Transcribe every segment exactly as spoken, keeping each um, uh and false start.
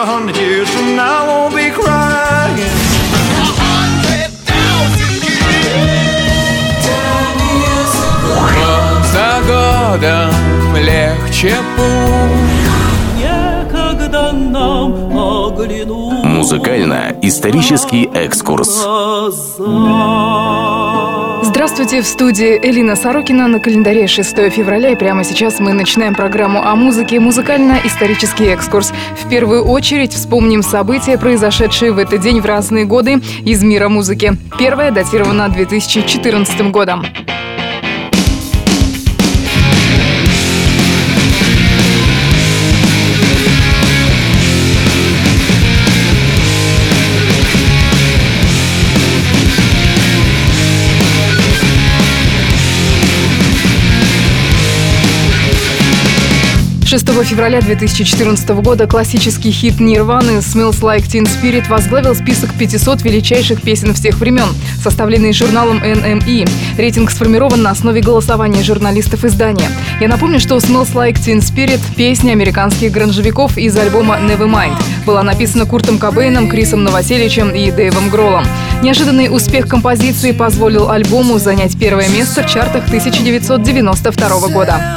a hundred years from now, I won't be crying. A hundred thousand years. Год за годом легче путь. Некогда нам оглянуть. Музыкально-исторический экскурс. Здравствуйте, в студии Элина Сорокина. На календаре шестое февраля, и прямо сейчас мы начинаем программу о музыке «Музыкально-исторический экскурс». В первую очередь вспомним события, произошедшие в этот день в разные годы из мира музыки. Первое датировано две тысячи четырнадцатым годом. шестого февраля две тысячи четырнадцатого года классический хит Нирваны «Smells Like Teen Spirit» возглавил список пятисот величайших песен всех времен, составленный журналом эн эм и. Рейтинг сформирован на основе голосования журналистов издания. Я напомню, что «Smells Like Teen Spirit» — песня американских гранжевиков из альбома «Nevermind». Была написана Куртом Кобейном, Крисом Новоселичем и Дэйвом Гроллом. Неожиданный успех композиции позволил альбому занять первое место в чартах тысяча девятьсот девяносто второго года.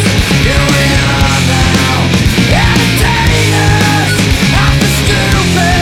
Stupid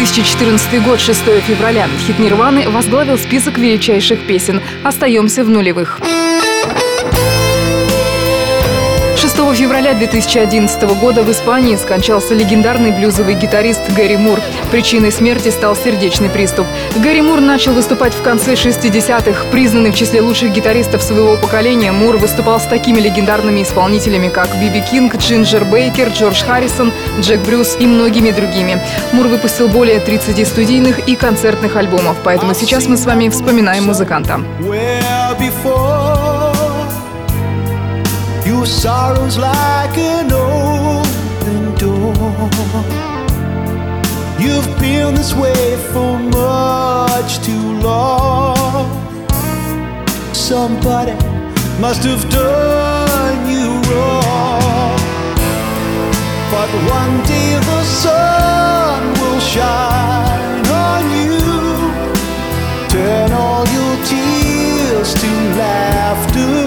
две тысячи четырнадцатый год, шестое февраля. Хит Нирваны возглавил список величайших песен. Остаемся в нулевых. шестого февраля две тысячи одиннадцатого года в Испании скончался легендарный блюзовый гитарист Гэри Мур. Причиной смерти стал сердечный приступ. Гэри Мур начал выступать в конце шестидесятых. Признанный в числе лучших гитаристов своего поколения, Мур выступал с такими легендарными исполнителями, как Би Би Кинг, Джинджер Бейкер, Джордж Харрисон, Джек Брюс и многими другими. Мур выпустил более тридцати студийных и концертных альбомов, поэтому сейчас мы с вами вспоминаем музыканта. Your sorrow's like an open door. You've been this way for much too long. Somebody must have done you wrong. But one day the sun will shine on you. Turn all your tears to laughter.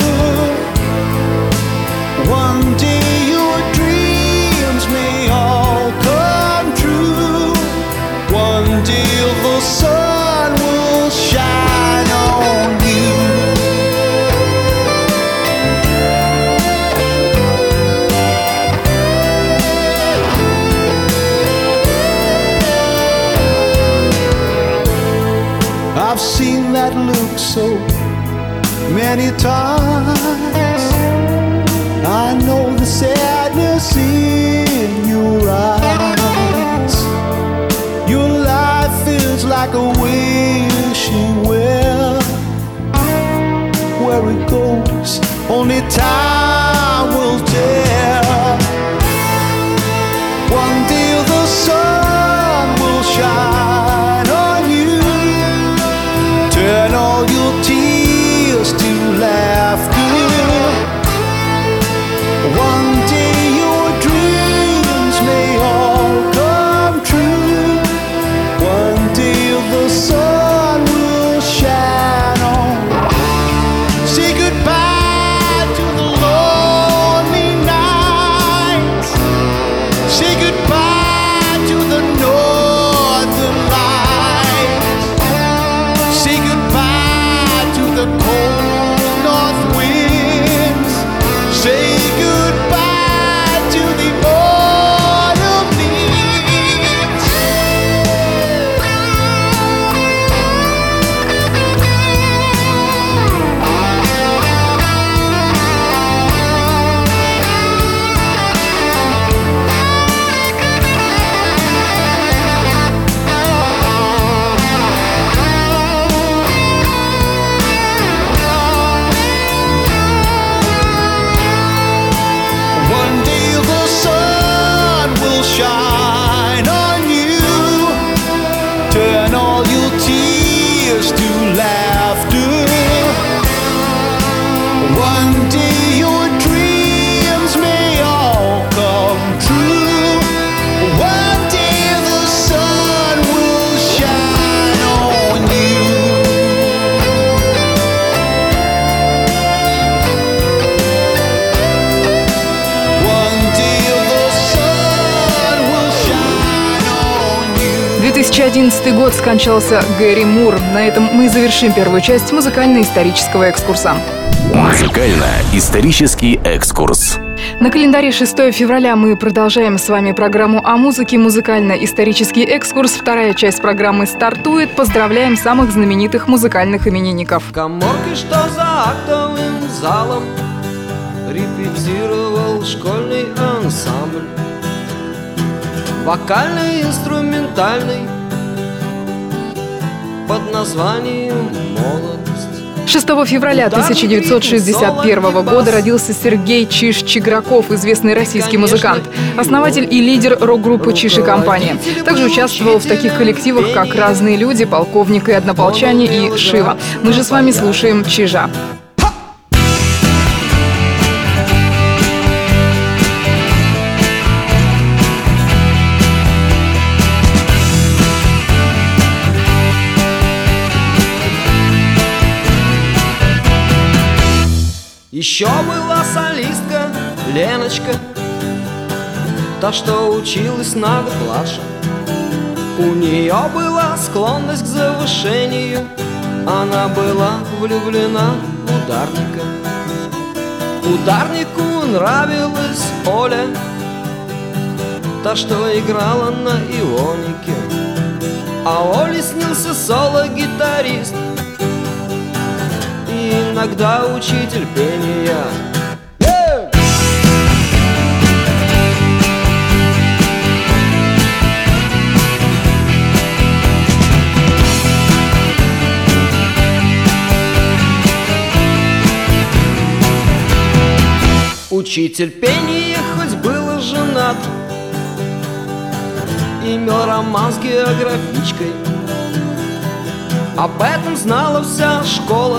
One day your dreams may all come true. One day the sun will shine on you. I've seen that look so many times. I know the sadness in your eyes. Your life is like a wishing well. Where it goes, only time will tell. One day the sun will shine on you. Turn all your tears to laughter. One day your dreams may all come true. One day the sun will shine on. Say goodbye to the lonely nights. Say goodbye to the northern lights. Say goodbye to the cold north winds. Say shine on you. Turn all your tears to laughter. One day your dreams may all come true. One day the sun will shine on you. One day the sun will shine on you. две тысячи одиннадцатый год скончался Гэри Мур. На этом мы завершим первую часть музыкально-исторического экскурса. Музыкально-исторический экскурс. На календаре шестое февраля мы продолжаем с вами программу о музыке «Музыкально-исторический экскурс». Вторая часть программы стартует. Поздравляем самых знаменитых музыкальных именинников. В каморке, что за актовым залом, репетировал школьный ансамбль. Вокальный, инструментальный, под названием «Молодость». шестого февраля тысяча девятьсот шестьдесят первого года родился Сергей Чиж Чиграков, известный российский музыкант, основатель и лидер рок-группы «Чиж и компания». Также участвовал в таких коллективах, как «Разные люди», «Полковник и однополчане» и «Шива». Мы же с вами слушаем Чижа. Еще была солистка Леночка, та, что училась на год младше. У нее была склонность к завышению, она была влюблена в ударника. Ударнику нравилась Оля, та, что играла на ионике. А Оле снился соло-гитарист и иногда учитель пения. Учитель пения хоть был и женат, имел роман с географичкой. Об этом знала вся школа,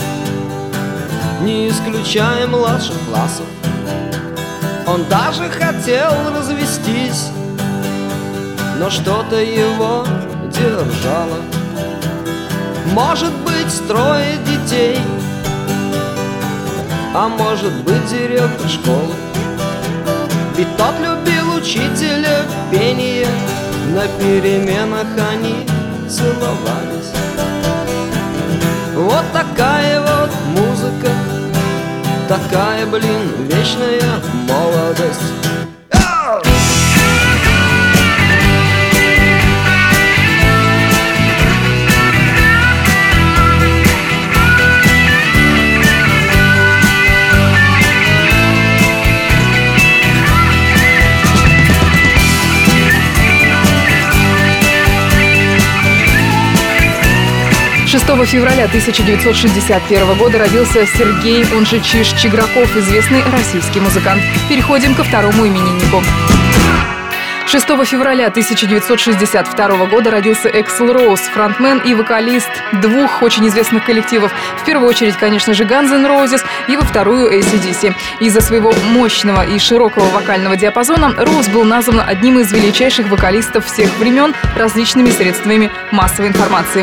не исключая младших классов. Он даже хотел развестись, но что-то его держало. Может быть, трое детей, а может быть, директор школы. Ведь тот любил учителя пения, на переменах они целовались. Вот такая вот музыка, такая, блин, вечная молодость. шестого февраля тысяча девятьсот шестьдесят первого года родился Сергей, он же Чиж Чиграков, известный российский музыкант. Переходим ко второму имениннику. шестого февраля тысяча девятьсот шестьдесят второго года родился Эксел Роуз, фронтмен и вокалист двух очень известных коллективов. В первую очередь, конечно же, Guns N' Roses и во вторую эй си ди си. Из-за своего мощного и широкого вокального диапазона Роуз был назван одним из величайших вокалистов всех времен различными средствами массовой информации.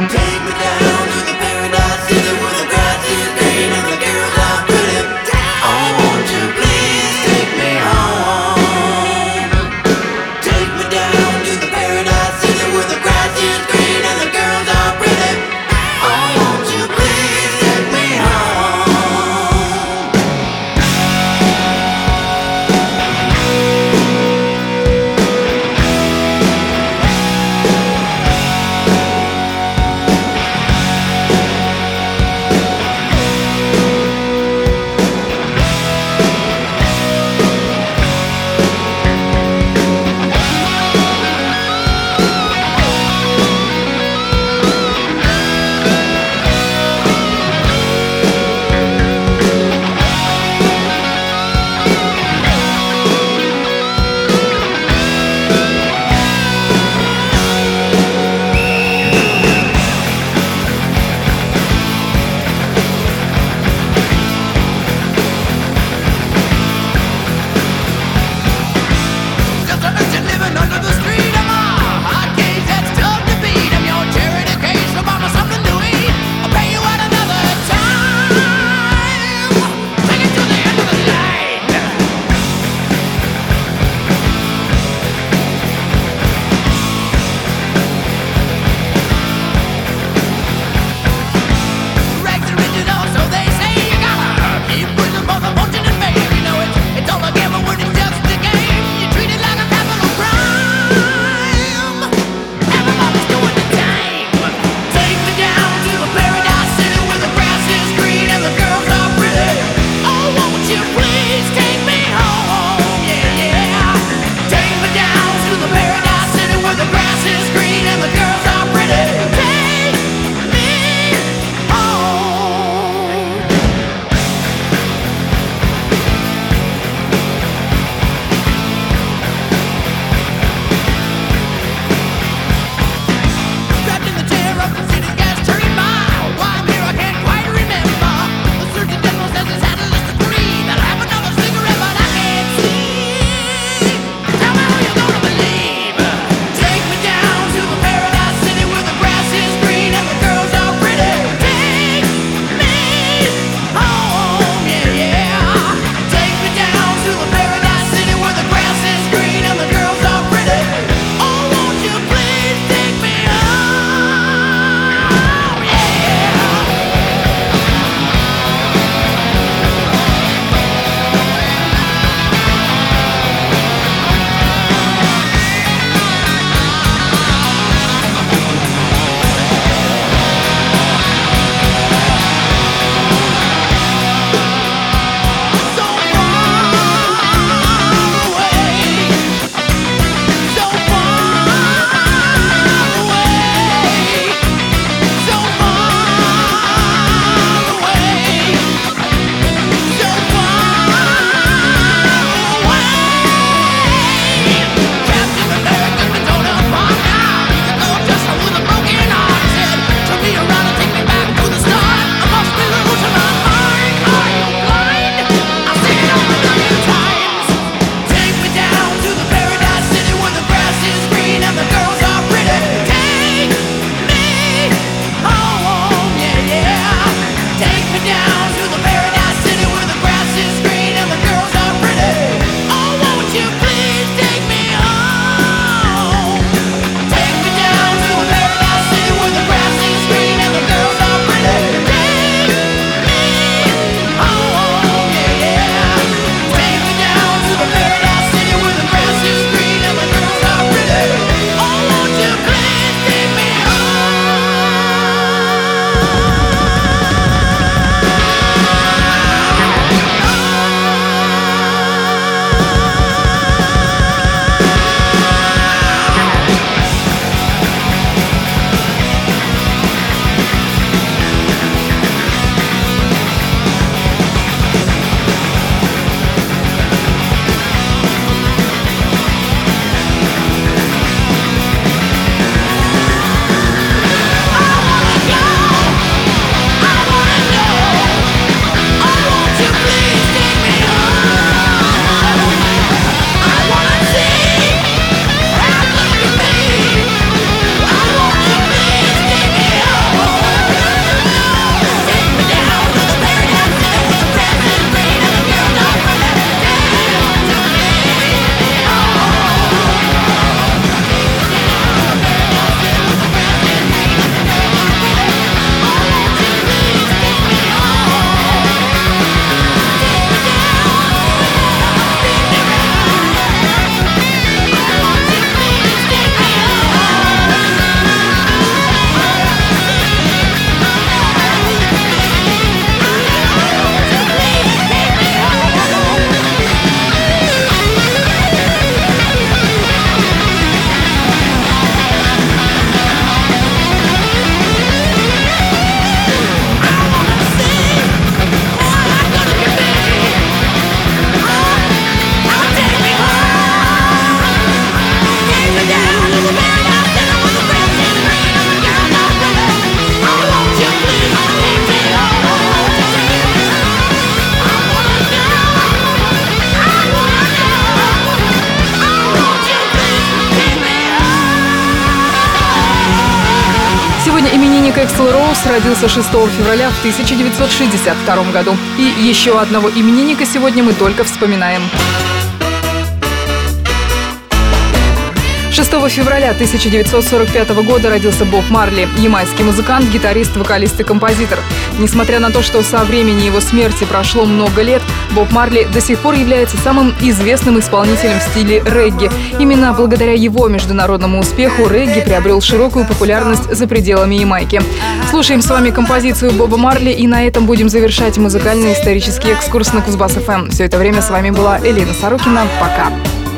Сегодня именинник Эксел Роуз родился шестого февраля в тысяча девятьсот шестьдесят втором году. И еще одного именинника сегодня мы только вспоминаем. шестого февраля тысяча девятьсот сорок пятого года родился Боб Марли, ямайский музыкант, гитарист, вокалист и композитор. Несмотря на то, что со времени его смерти прошло много лет, Боб Марли до сих пор является самым известным исполнителем в стиле регги. Именно благодаря его международному успеху регги приобрел широкую популярность за пределами Ямайки. Слушаем с вами композицию Боба Марли, и на этом будем завершать музыкальный исторический экскурс на Кузбасс-ФМ. Все это время с вами была Элина Сорокина. Пока.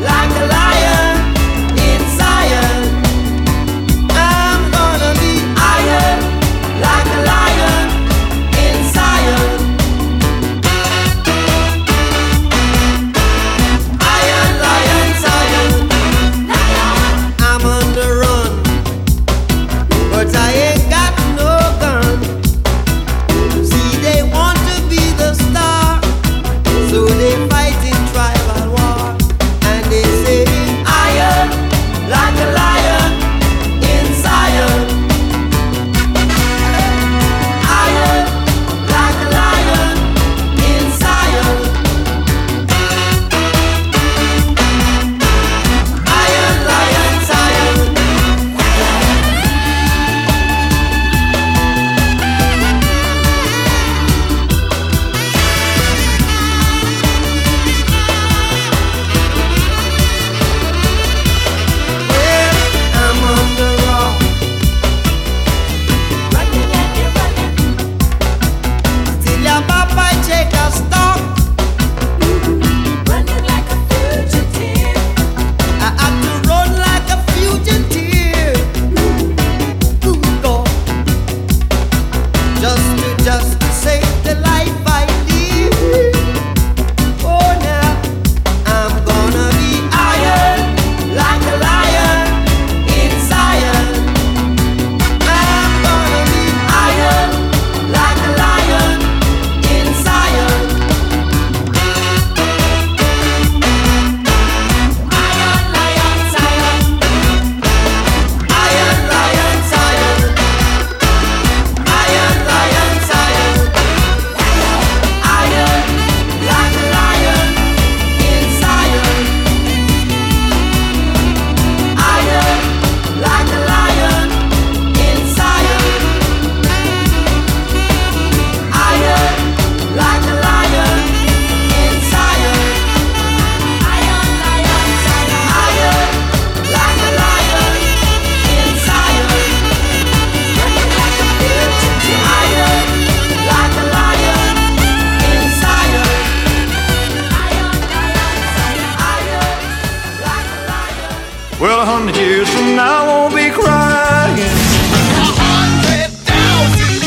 Well, a hundred years from now I won't be crying. A hundred thousand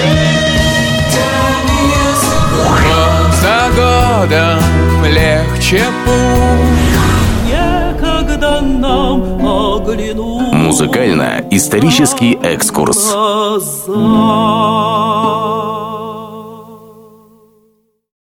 years. Год за годом легче путь. Некогда нам оглянуть Музыкально-исторический экскурс. глаза.